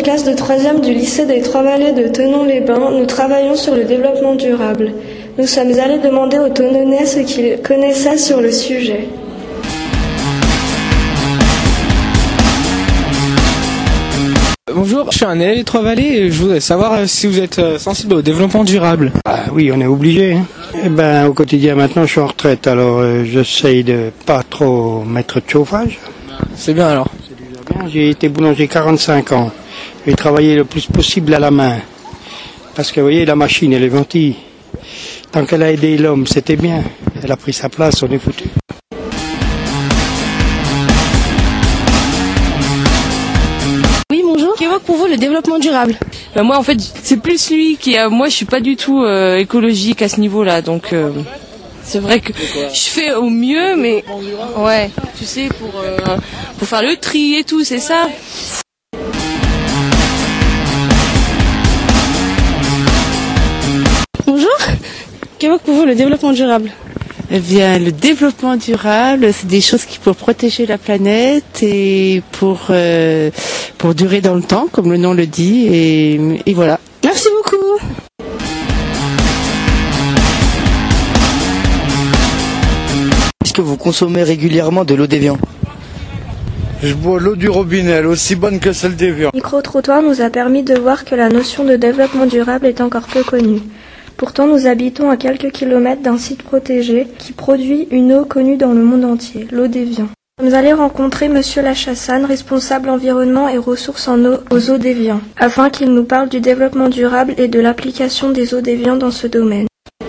classe de 3e du lycée des Trois-Vallées de Thonon-les-Bains, nous travaillons sur le développement durable. Nous sommes allés demander aux Thononnais ce qu'ils connaissaient sur le sujet. Bonjour, je suis un élève des Trois-Vallées et je voudrais savoir si vous êtes sensible au développement durable. Ah oui, on est obligé. Au quotidien maintenant, je suis en retraite, alors j'essaye de pas trop mettre de chauffage. C'est bien alors. C'est déjà bien. J'ai été boulanger 45 ans. J'ai travaillé le plus possible à la main. Parce que vous voyez, la machine et les ventiles, tant qu'elle a aidé l'homme, c'était bien. Elle a pris sa place, on est foutu. Qu'évoque pour vous le développement durable? Moi en fait c'est plus lui qui moi je suis pas du tout écologique à ce niveau-là, donc c'est vrai que je fais au mieux, mais ouais, tu sais, pour faire le tri et tout, c'est ça. Bonjour, qu'évoque pour vous le développement durable? Eh bien, le développement durable, c'est des choses qui pour protéger la planète et pour durer dans le temps, comme le nom le dit, et voilà. Merci beaucoup. Est-ce que vous consommez régulièrement de l'eau d'Évian? Je bois l'eau du robinet, elle est aussi bonne que celle d'Évian. Le micro-trottoir nous a permis de voir que la notion de développement durable est encore peu connue. Pourtant, nous habitons à quelques kilomètres d'un site protégé qui produit une eau connue dans le monde entier, l'eau d'Évian. Nous sommes allés rencontrer Monsieur Lachassane, responsable environnement et ressources en eau aux eaux d'Évian, afin qu'il nous parle du développement durable et de l'application des eaux d'Évian dans ce domaine.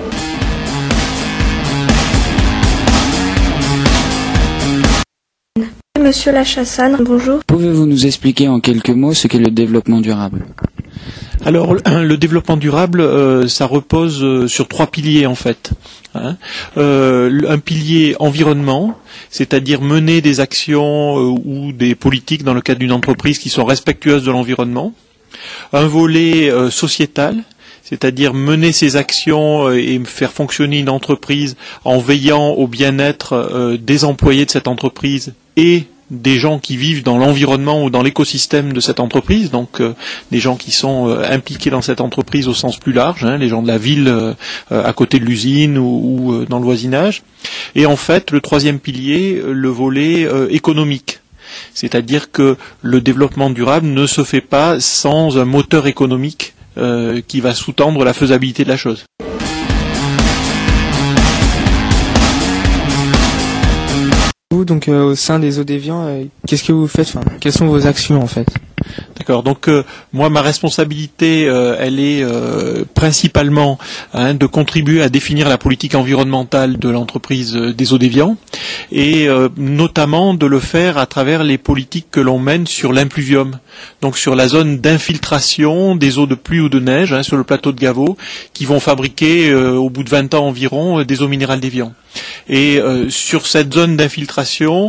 Monsieur Lachassane, bonjour. Pouvez-vous nous expliquer en quelques mots ce qu'est le développement durable ? Alors, le développement durable, ça repose sur 3 piliers en fait. Un pilier environnement, c'est-à-dire mener des actions ou des politiques dans le cadre d'une entreprise qui sont respectueuses de l'environnement. Un volet sociétal, c'est-à-dire mener ces actions et faire fonctionner une entreprise en veillant au bien-être des employés de cette entreprise et des gens qui vivent dans l'environnement ou dans l'écosystème de cette entreprise, donc des gens qui sont impliqués dans cette entreprise au sens plus large, les gens de la ville à côté de l'usine ou dans le voisinage. Et en fait, le 3e pilier, le volet économique. C'est-à-dire que le développement durable ne se fait pas sans un moteur économique qui va sous-tendre la faisabilité de la chose. Vous, donc au sein des eaux d'Évian, qu'est-ce que vous faites, quelles sont vos actions en fait? D'accord. Donc moi, ma responsabilité, elle est principalement de contribuer à définir la politique environnementale de l'entreprise des eaux d'Évian et notamment de le faire à travers les politiques que l'on mène sur l'impluvium, donc sur la zone d'infiltration des eaux de pluie ou de neige sur le plateau de Gaveau, qui vont fabriquer au bout de 20 ans environ des eaux minérales d'Évian. Et sur cette zone d'infiltration,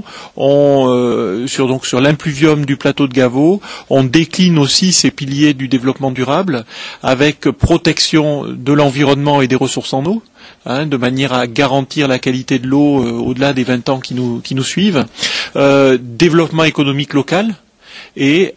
sur l'impluvium du plateau de Gaveau, on décline aussi ces piliers du développement durable avec protection de l'environnement et des ressources en eau, de manière à garantir la qualité de l'eau au-delà des 20 ans qui nous suivent, développement économique local, et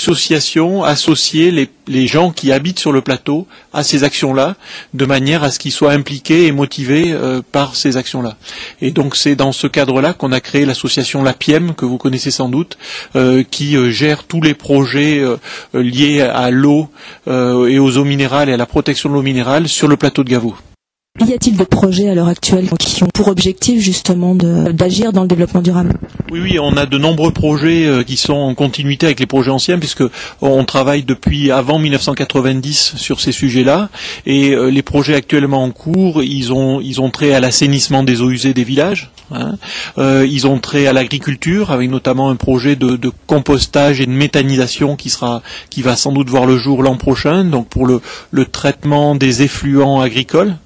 associer les gens qui habitent sur le plateau à ces actions-là, de manière à ce qu'ils soient impliqués et motivés par ces actions-là. Et donc c'est dans ce cadre-là qu'on a créé l'association l'APIEM, que vous connaissez sans doute, qui gère tous les projets liés à l'eau et aux eaux minérales et à la protection de l'eau minérale sur le plateau de Gaveau. Y a-t-il des projets à l'heure actuelle qui ont pour objectif justement d'agir dans le développement durable? Oui, on a de nombreux projets qui sont en continuité avec les projets anciens, puisque on travaille depuis avant 1990 sur ces sujets-là, et les projets actuellement en cours, ils ont trait à l'assainissement des eaux usées des villages, ils ont trait à l'agriculture, avec notamment un projet de compostage et de méthanisation qui va sans doute voir le jour l'an prochain, donc pour le traitement des effluents agricoles.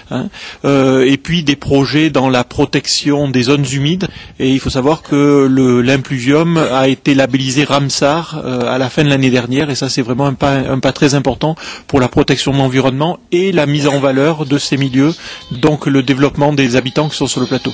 Et puis des projets dans la protection des zones humides, et il faut savoir que l'impluvium a été labellisé Ramsar à la fin de l'année dernière, et ça c'est vraiment un pas très important pour la protection de l'environnement et la mise en valeur de ces milieux, donc le développement des habitants qui sont sur le plateau.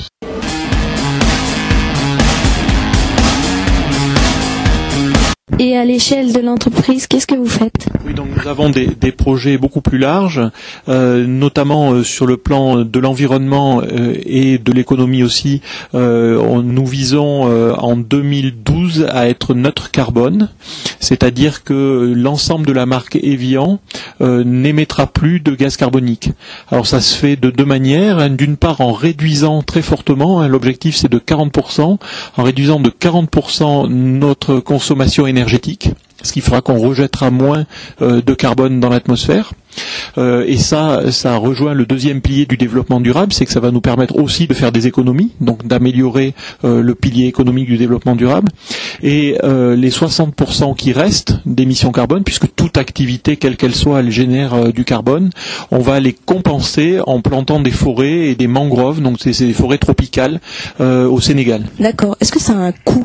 Et à l'échelle de l'entreprise, qu'est-ce que vous faites? Oui, donc nous avons des projets beaucoup plus larges, notamment sur le plan de l'environnement et de l'économie aussi. Nous visons en 2012 à être neutre carbone, c'est-à-dire que l'ensemble de la marque Evian n'émettra plus de gaz carbonique. Alors ça se fait de deux manières. D'une part en réduisant très fortement, l'objectif c'est de 40%, en réduisant de 40% notre consommation énergétique, ce qui fera qu'on rejettera moins de carbone dans l'atmosphère. Et ça rejoint le deuxième pilier du développement durable, c'est que ça va nous permettre aussi de faire des économies, donc d'améliorer le pilier économique du développement durable. Et les 60% qui restent d'émissions carbone, puisque toute activité, quelle qu'elle soit, elle génère du carbone, on va les compenser en plantant des forêts et des mangroves, donc c'est des forêts tropicales au Sénégal. D'accord. Est-ce que ça a un coût,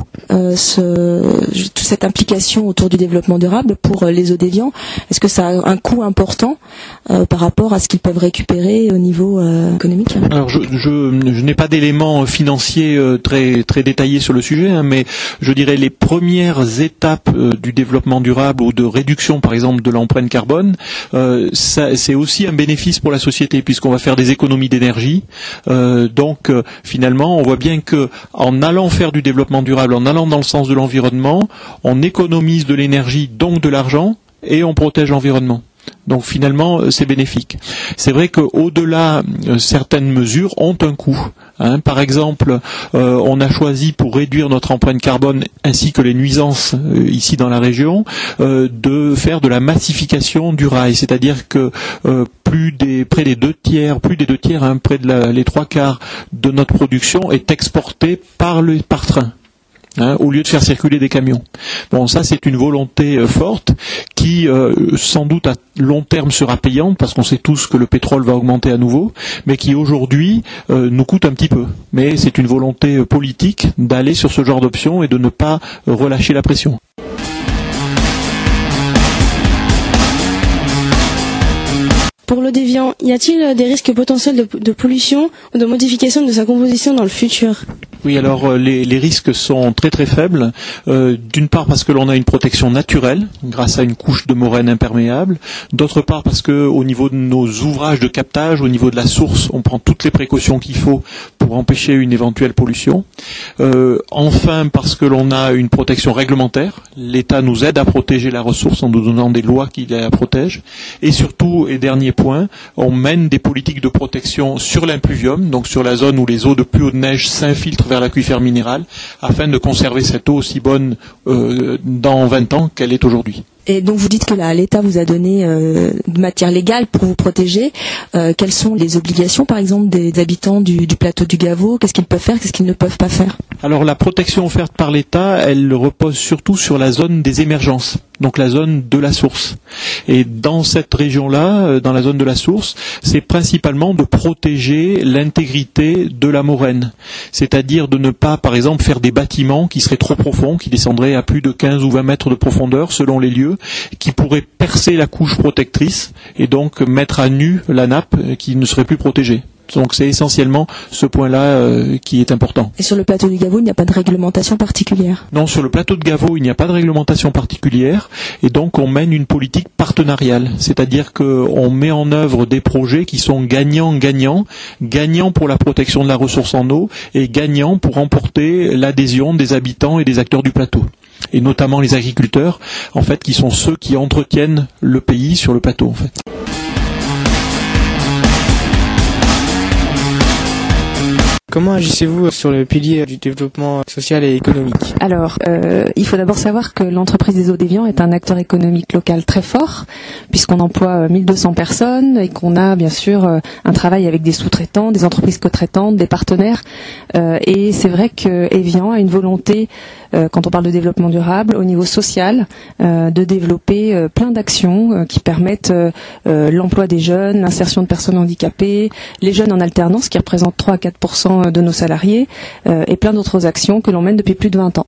toute cette implication autour du développement durable pour les eaux d'Evian? Est-ce que ça a un coût important par rapport à ce qu'ils peuvent récupérer au niveau économique? Alors je n'ai pas d'éléments financiers très très détaillés sur le sujet, mais je dirais les premières étapes du développement durable ou de réduction par exemple de l'empreinte carbone, c'est aussi un bénéfice pour la société puisqu'on va faire des économies d'énergie. Donc finalement on voit bien que en allant faire du développement durable, en allant dans le sens de l'environnement, on économise de l'énergie, donc de l'argent, et on protège l'environnement. Donc finalement, c'est bénéfique. C'est vrai qu'au-delà, certaines mesures ont un coût. Par exemple, on a choisi pour réduire notre empreinte carbone ainsi que les nuisances ici dans la région, de faire de la massification du rail. C'est-à-dire que près des deux tiers, près de les trois quarts de notre production est exportée par train. Au lieu de faire circuler des camions. Bon, ça c'est une volonté forte qui sans doute à long terme sera payante parce qu'on sait tous que le pétrole va augmenter à nouveau, mais qui aujourd'hui nous coûte un petit peu. Mais c'est une volonté politique d'aller sur ce genre d'option et de ne pas relâcher la pression. Pour l'eau d'Evian, y a-t-il des risques potentiels de pollution ou de modification de sa composition dans le futur? Oui, alors les risques sont très très faibles. D'une part parce que l'on a une protection naturelle grâce à une couche de moraine imperméable. D'autre part parce que au niveau de nos ouvrages de captage, au niveau de la source, on prend toutes les précautions qu'il faut pour empêcher une éventuelle pollution. Enfin parce que l'on a une protection réglementaire. L'État nous aide à protéger la ressource en nous donnant des lois qui la protègent. Et surtout, et dernier point, on mène des politiques de protection sur l'impluvium, donc sur la zone où les eaux de pluie ou de neige s'infiltrent vers l'aquifère minéral, afin de conserver cette eau aussi bonne dans 20 ans qu'elle est aujourd'hui. Et donc vous dites que l'État vous a donné de matière légale pour vous protéger. Quelles sont les obligations, par exemple, des habitants du plateau du Gaveau? Qu'est-ce qu'ils peuvent faire? Qu'est-ce qu'ils ne peuvent pas faire? Alors la protection offerte par l'État, elle repose surtout sur la zone des émergences, donc la zone de la source. Et dans cette région-là, dans la zone de la source, c'est principalement de protéger l'intégrité de la moraine. C'est-à-dire de ne pas, par exemple, faire des bâtiments qui seraient trop profonds, qui descendraient à plus de 15 ou 20 mètres de profondeur, selon les lieux, qui pourraient percer la couche protectrice et donc mettre à nu la nappe qui ne serait plus protégée. Donc c'est essentiellement ce point-là qui est important. Et sur le plateau du Gaveau, il n'y a pas de réglementation particulière? Non, sur le plateau de Gaveau, il n'y a pas de réglementation particulière et donc on mène une politique partenariale. C'est-à-dire qu'on met en œuvre des projets qui sont gagnants-gagnants, gagnants pour la protection de la ressource en eau et gagnants pour emporter l'adhésion des habitants et des acteurs du plateau. Et notamment les agriculteurs, en fait, qui sont ceux qui entretiennent le pays sur le plateau, en fait. Comment agissez-vous sur le pilier du développement social et économique? Alors, il faut d'abord savoir que l'entreprise des eaux d'Evian est un acteur économique local très fort, puisqu'on emploie 1200 personnes et qu'on a bien sûr un travail avec des sous-traitants, des entreprises co-traitantes, des partenaires. Et c'est vrai que Evian a une volonté, quand on parle de développement durable, au niveau social, de développer plein d'actions qui permettent l'emploi des jeunes, l'insertion de personnes handicapées, les jeunes en alternance qui représentent 3 à 4% de nos salariés et plein d'autres actions que l'on mène depuis plus de 20 ans.